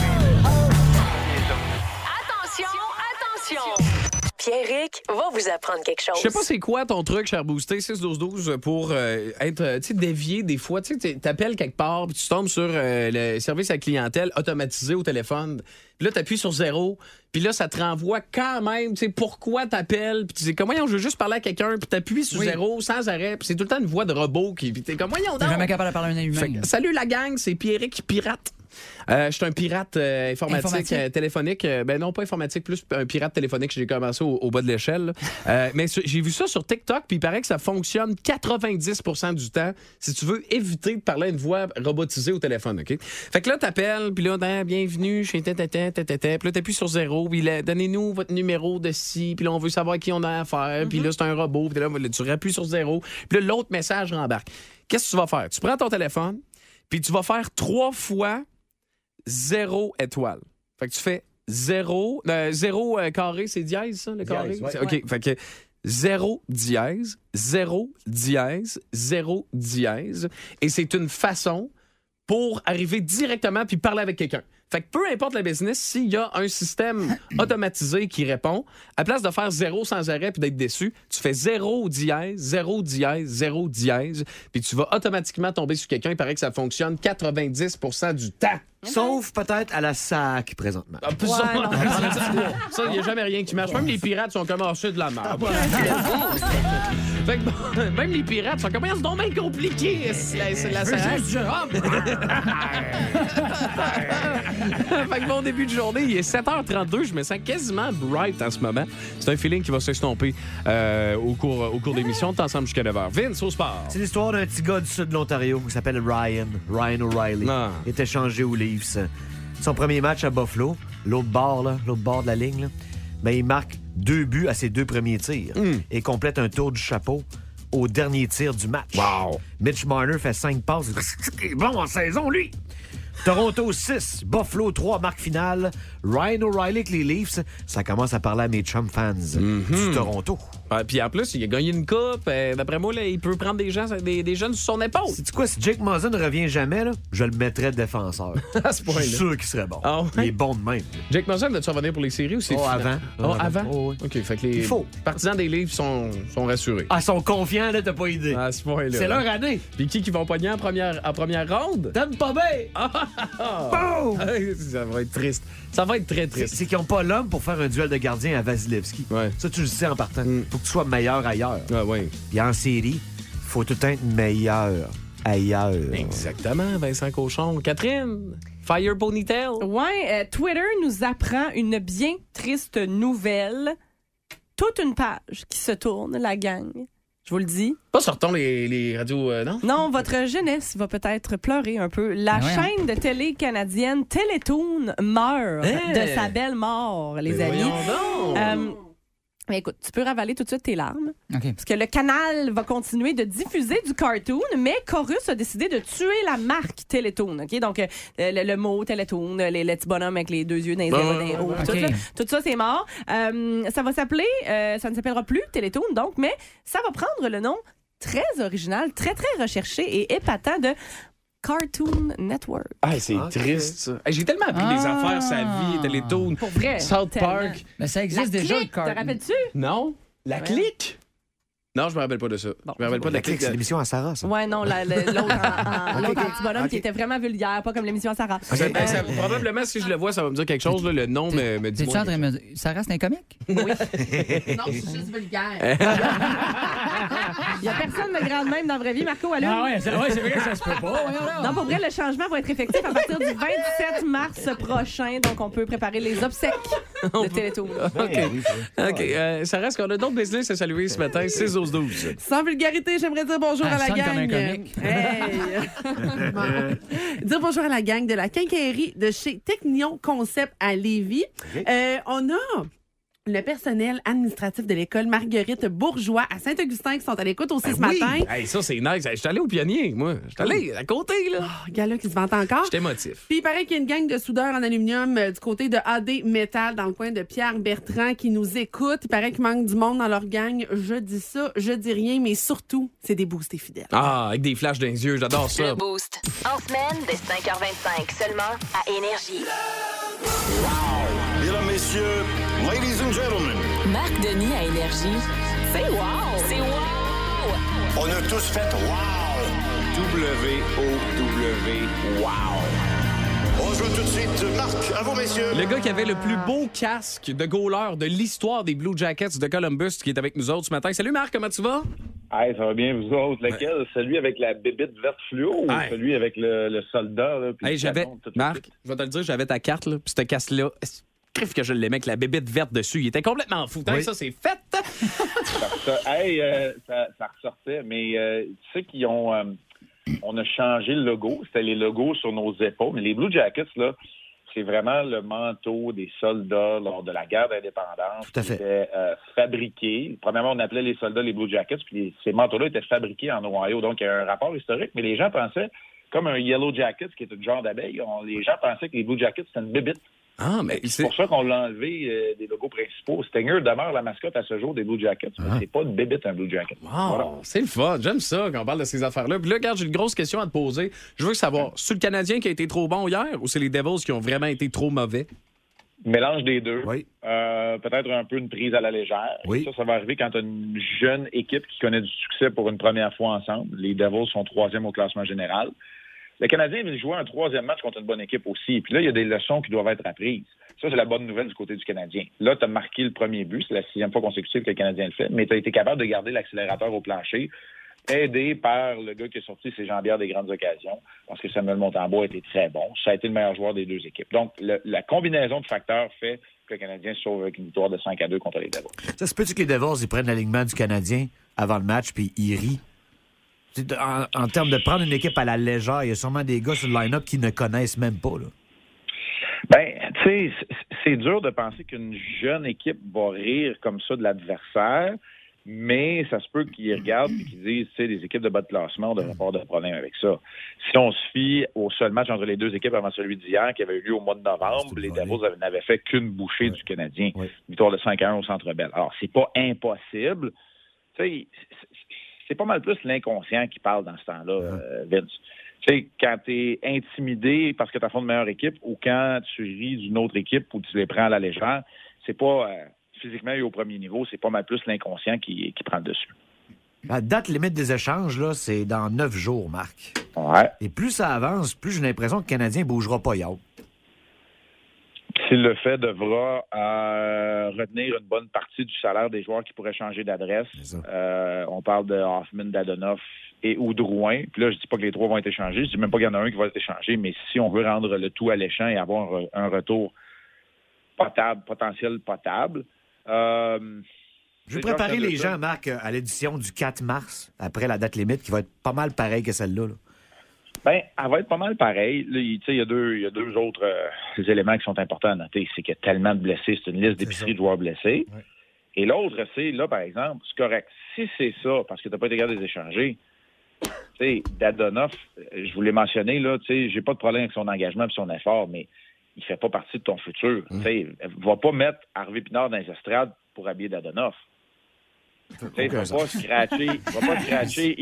Attention! Pierrick va vous apprendre quelque chose. Je sais pas c'est quoi ton truc, cher Boosté, 6-12-12, pour être, tu sais, dévié des fois. Tu sais, t'appelles quelque part, puis tu tombes sur le service à la clientèle automatisé au téléphone. Puis là, t'appuies sur 0, puis là, ça te renvoie quand même, tu sais, pourquoi t'appelles. Puis tu dis, comment, je veux juste parler à quelqu'un, puis t'appuies sur 0 sans arrêt. Puis c'est tout le temps une voix de robot qui. Puis t'es comme, voyons donc. T'es jamais capable de parler à un humain. Salut la gang, c'est Pierrick Pirate. Je suis un pirate informatique téléphonique. Ben non, pas informatique, plus un pirate téléphonique. J'ai commencé au bas de l'échelle. Mais j'ai vu ça sur TikTok, puis il paraît que ça fonctionne 90% du temps si tu veux éviter de parler à une voix robotisée au téléphone, OK? Fait que là, t'appelles, puis là, bienvenue, je suis tata. Puis là, t'appuies sur 0, puis là, donnez-nous votre numéro de ci, puis là, on veut savoir à qui on a affaire, puis là, c'est un robot, puis là, tu appuies sur 0, puis là, l'autre message rembarque. Qu'est-ce que tu vas faire? Tu prends ton téléphone, puis tu vas faire 3 fois 0 étoile. Fait que tu fais 0 carré, c'est dièse, ça, le carré? Ouais. OK, fait que 0 dièse, 0 dièse, 0 dièse. Et c'est une façon pour arriver directement puis parler avec quelqu'un. Fait que peu importe le business, s'il y a un système automatisé qui répond, à place de faire 0 sans arrêt puis d'être déçu, tu fais 0 dièse, 0 dièse, 0 dièse, puis tu vas automatiquement tomber sur quelqu'un. Il paraît que ça fonctionne 90% du temps. Sauf peut-être à la SAC présentement. Ça, il n'y a jamais rien qui marche. Même les pirates sont comme c'est de la merde. Fait que bon, même les pirates sont comme c'est donc bien compliqué. C'est la SAC. Fait que bon début de journée, il est 7h32. Je me sens quasiment bright en ce moment. C'est un feeling qui va s'estomper au cours de l'émission. On est ensemble jusqu'à 9h. Vince, au sport. C'est l'histoire d'un petit gars du sud de l'Ontario qui s'appelle Ryan O'Reilly. Il est échangé aux Leafs. Son premier match à Buffalo, l'autre bord de la ligne, là, ben, il marque 2 buts à ses 2 premiers tirs et complète un tour du chapeau au dernier tir du match. Wow. Mitch Marner fait 5 passes. Il est bon en saison, lui! Toronto 6, Buffalo 3, marque finale. Ryan O'Reilly avec les Leafs, ça commence à parler à mes chum fans du Toronto. Puis en plus, il a gagné une coupe. D'après moi, là, il peut prendre des jeunes sur son épaule. C'est quoi, si Jake Muzzin ne revient jamais, là, je le mettrais défenseur. À ce point-là. Je suis sûr qu'il serait bon. Ah ouais? Il est bon de même. Jake Muzzin, doit-tu revenir pour les séries ou c'est avant. Avant? Oh, oui. OK, fait que les partisans des Leafs sont rassurés. Ah, ils sont confiants, là, t'as pas idée. À ce point-là. C'est leur année. Puis qui vont pogner en première ronde? T'aimes pas bien? Boom! Ça va être triste. Ça va être très triste. C'est qu'ils n'ont pas l'homme pour faire un duel de gardien à Vasilevski. Ouais. Ça, tu le sais en partant. Faut que tu sois meilleur ailleurs. Ah, ouais. Puis en série, faut tout être meilleur ailleurs. Exactement, Vincent Cochon. Catherine, Fire Ponytail. Ouais, Twitter nous apprend une bien triste nouvelle. Toute une page qui se tourne, la gang. Je vous le dis. Pas sortons les radios, non? Non, votre jeunesse va peut-être pleurer un peu. La chaîne de télé canadienne Télétoon meurt de sa belle mort, les amis. Mais écoute, tu peux ravaler tout de suite tes larmes. Okay. Parce que le canal va continuer de diffuser du cartoon, mais Corus a décidé de tuer la marque Télétoon. Okay? Donc, le mot Télétoon, les petits bonhommes avec les 2 yeux dans les zéros, dans les hauts, tout ça, c'est mort. Ça va s'appeler, ça ne s'appellera plus Télétoon, donc, mais ça va prendre le nom très original, très, très recherché et épatant de Cartoon Network. Ah, c'est triste, ça. J'ai tellement appris des affaires, sa vie, Télétoon, pour vrai, South Park. Mais ça existe déjà, le Cartoon. Te rappelles-tu? Non. La clique? Non, je me rappelle pas de ça. Bon, je me rappelle pas de la clique. C'est l'émission à Sarah, ça. Ouais, non, l'autre petit bonhomme qui était vraiment vulgaire, pas comme l'émission à Sarah. Probablement, si je le vois, ça va me dire quelque chose. Là, le nom me dit. T'es-tu en train de me dire, Sarah, c'est un comique? Oui. Non, c'est juste vulgaire. Il n'y a personne de grande même dans la vraie vie, Marco, allô? Ah ouais, c'est vrai que ça se peut pas. Non, pour vrai, le changement va être effectif à partir du 27 mars prochain. Donc, on peut préparer les obsèques de Télétoon. OK. Ça reste qu'on a d'autres business à saluer ce matin. 6-12-12. Sans vulgarité, j'aimerais dire bonjour à la gang. Comme un comique. Hey. Dire bonjour à la gang de la quincaillerie de chez Technion Concept à Lévis. On a le personnel administratif de l'école Marguerite Bourgeois à Saint-Augustin qui sont à l'écoute aussi ce matin. Hey, ça, c'est nice. Je suis allé au Pionnier, moi. Je suis allé à côté, là. Gars-là qui se vante encore. J'étais émotif. Puis il paraît qu'il y a une gang de soudeurs en aluminium du côté de AD Metal dans le coin de Pierre Bertrand qui nous écoute. Il paraît qu'il manque du monde dans leur gang. Je dis ça, je dis rien, mais surtout, c'est des boostés fidèles. Ah, avec des flashs dans les yeux, j'adore ça. Le Boost. En semaine, dès 5h25, seulement à Énergie. Mesdames, messieurs, ladies and gentlemen. Marc Denis à Énergie. C'est wow! C'est wow! On a tous fait wow! W-O-W, wow! On joue tout de suite. Marc, à vous, messieurs. Le gars qui avait le plus beau casque de goaler de l'histoire des Blue Jackets de Columbus qui est avec nous autres ce matin. Salut Marc, comment tu vas? Hey, ça va bien, vous autres. Lequel? Ouais. Celui avec la bébite verte fluo ou celui avec le soldat? Là, puis j'avais... Marc, je vais te le dire, j'avais ta carte, là, puis ce casque-là... Crif que je l'aimais avec la bébite verte dessus. Il était complètement fou. Oui. Ça, c'est fait. Ça ressortait. Mais tu sais qu'ils ont... on a changé le logo. C'était les logos sur nos épaules. Mais les Blue Jackets, là, c'est vraiment le manteau des soldats lors de la guerre d'indépendance. Tout à fait. Qui était fabriqué. Premièrement, on appelait les soldats les Blue Jackets. Puis ces manteaux-là étaient fabriqués en Ohio. Donc, il y a un rapport historique. Mais les gens pensaient, comme un Yellow Jacket, qui est un genre d'abeille, les gens pensaient que les Blue Jackets, c'était une bébite. Ah, mais c'est pour ça qu'on l'a enlevé des logos principaux. Stinger demeure la mascotte à ce jour des Blue Jackets. Mais c'est pas une bébête, un Blue Jacket. Wow, voilà. C'est le fun. J'aime ça quand on parle de ces affaires-là. Puis là, regarde, j'ai une grosse question à te poser. Je veux savoir, c'est le Canadien qui a été trop bon hier ou c'est les Devils qui ont vraiment été trop mauvais? Mélange des deux. Oui. Peut-être un peu une prise à la légère. Oui. Ça va arriver quand tu as une jeune équipe qui connaît du succès pour une première fois ensemble. Les Devils sont 3e au classement général. Le Canadien vient jouer un 3e match contre une bonne équipe aussi. Puis là, il y a des leçons qui doivent être apprises. Ça, c'est la bonne nouvelle du côté du Canadien. Là, tu as marqué le premier but. C'est la 6e fois consécutive que le Canadien le fait. Mais tu as été capable de garder l'accélérateur au plancher, aidé par le gars qui a sorti ses jambières des grandes occasions, parce que Samuel Montembeault a été très bon. Ça a été le meilleur joueur des deux équipes. Donc, la combinaison de facteurs fait que le Canadien se sauve avec une victoire de 5-2 contre les Devils. Ça se peut-tu que les Devils ils prennent l'alignement du Canadien avant le match puis ils rient? En termes de prendre une équipe à la légère, il y a sûrement des gars sur le line-up qui ne connaissent même pas. Là. Ben, tu sais, c'est dur de penser qu'une jeune équipe va rire comme ça de l'adversaire, mais ça se peut qu'ils regardent et qu'ils disent, tu sais, les équipes de bas de classement, on devrait pas avoir de problème avec ça. Si on se fie au seul match entre les deux équipes avant celui d'hier, qui avait eu lieu au mois de novembre, les Devils n'avaient fait qu'une bouchée du Canadien. Victoire de 5-1 au Centre Bell. Alors, c'est pas impossible. Tu sais, c'est pas mal plus l'inconscient qui parle dans ce temps-là, Vince. Tu sais, quand t'es intimidé parce que t'as fait une meilleure équipe ou quand tu ris d'une autre équipe ou tu les prends à la légère, c'est pas physiquement et au premier niveau, c'est pas mal plus l'inconscient qui prend le dessus. La date limite des échanges, là, c'est dans 9 jours, Marc. Ouais. Et plus ça avance, plus j'ai l'impression que le Canadien ne bougera pas hier. S'il le fait, devra retenir une bonne partie du salaire des joueurs qui pourraient changer d'adresse. On parle de Hoffman, Dadonov et ou Drouin. Puis là, je dis pas que les trois vont être échangés. Je dis même pas qu'il y en a un qui va être échangé, mais si on veut rendre le tout alléchant et avoir un retour potentiel potable. Je vais préparer les gens, Marc, à l'édition du 4 mars, après la date limite, qui va être pas mal pareille que celle-là. Là. Ben, elle va être pas mal pareille. Il y a deux autres éléments qui sont importants à noter. C'est qu'il y a tellement de blessés. C'est une liste d'épicerie de joueurs blessés. Ouais. Et l'autre, c'est, là, par exemple, c'est correct. Si c'est ça, parce que tu n'as pas été capable de les échanger, tu sais, Dadonov, je vous l'ai mentionné, là, tu sais, j'ai pas de problème avec son engagement et son effort, mais il fait pas partie de ton futur. Tu sais, va pas mettre Harvey Pinard dans les estrades pour habiller Dadonov. Tu sais, va pas scratcher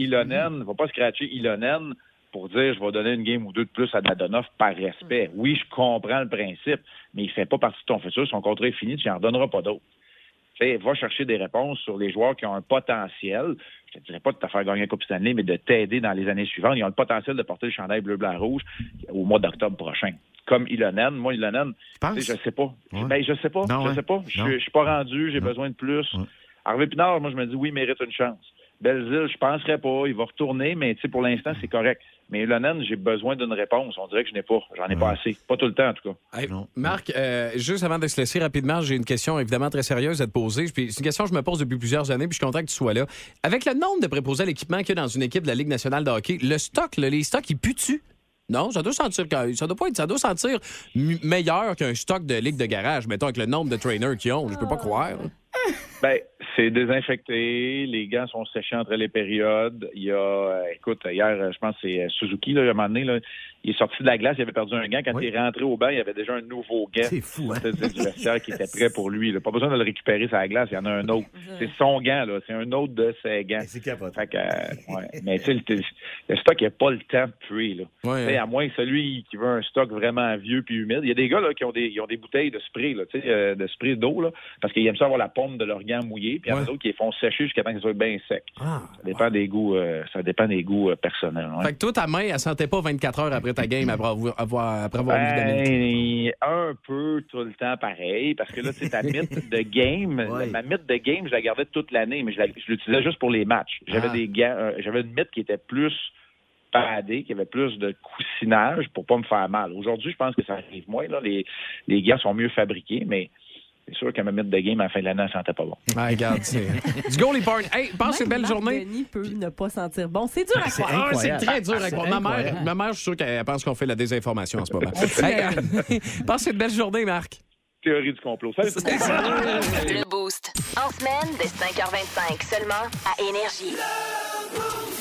Ilonen pour dire je vais donner une game ou deux de plus à Dadonov par respect. Oui, je comprends le principe, mais il fait pas partie de ton futur. Son contrat est fini, tu n'en redonneras pas d'autres. Va chercher des réponses sur les joueurs qui ont un potentiel. Je te dirais pas de te faire gagner la Coupe Stanley, mais de t'aider dans les années suivantes. Ils ont le potentiel de porter le chandail bleu, blanc, rouge au mois d'octobre prochain. Comme Ilonen. Moi, Ilonen, je sais pas. Ouais. Ben, je sais pas. Je suis pas rendu. J'ai besoin de plus. Ouais. Harvey Pinard, moi, je me dis, oui, il mérite une chance. Belzile, je penserais pas. Il va retourner, mais pour l'instant, c'est correct. Mais Ilonen, j'ai besoin d'une réponse. On dirait que je n'ai pas. J'en ai pas assez. Pas tout le temps, en tout cas. Hey, Marc, juste avant de se laisser rapidement, j'ai une question évidemment très sérieuse à te poser. Puis, c'est une question que je me pose depuis plusieurs années, puis je suis content que tu sois là. Avec le nombre de préposés à l'équipement qu'il y a dans une équipe de la Ligue nationale de hockey, le stock, les stocks, ils puent-tu? Non, ça doit sentir meilleur qu'un stock de ligue de garage, mettons, avec le nombre de trainers qu'ils ont. Je peux pas croire. Ben, c'est désinfecté. Les gants sont séchés entre les périodes. Il y a, écoute, hier, je pense que c'est Suzuki, là, à un moment donné, là, il est sorti de la glace, il avait perdu un gant. Quand il est rentré au banc, il y avait déjà un nouveau gant. C'est fou, hein? C'est du vestiaire qui était prêt pour lui. Là. Pas besoin de le récupérer sur la glace, il y en a un autre. C'est son gant, là. C'est un autre de ses gants. C'est capote. Fait que, mais tu sais, le stock, il n'a pas le temps de puer, là. Ouais. À moins que celui qui veut un stock vraiment vieux puis humide. Il y a des gars, là, qui ont des bouteilles de spray, là, tu sais, de spray d'eau, là, parce qu'ils aiment ça avoir la paume de leur gant mouillé, puis il y en a d'autres qui les font sécher jusqu'à temps qu'ils soient bien secs. Ça dépend des goûts, personnels. Ouais. Fait que toi, ta main, elle sentait pas 24 heures après ta game après avoir vu Dominique? Un peu tout le temps pareil, parce que là, tu sais, ta mythe de game, ma mythe de game, je la gardais toute l'année, mais je l'utilisais juste pour les matchs. J'avais des gants, j'avais une mythe qui était plus paddée, qui avait plus de coussinage pour pas me faire mal. Aujourd'hui, je pense que ça arrive moins. Là. Les gants sont mieux fabriqués, mais c'est sûr qu'à ma mythe de game, à la fin de l'année, elle sentait pas bon. Regarde, c'est du goalie porn. Hey, passe une belle journée. Denis peut ne pas sentir bon. C'est dur à croire. C'est très dur à croire. Ma mère, je suis sûr qu'elle pense qu'on fait la désinformation en ce moment. Passe une belle journée, Marc. Théorie du complot. Salut tout le monde. Le Boost. En semaine, dès 5h25, seulement à Énergie.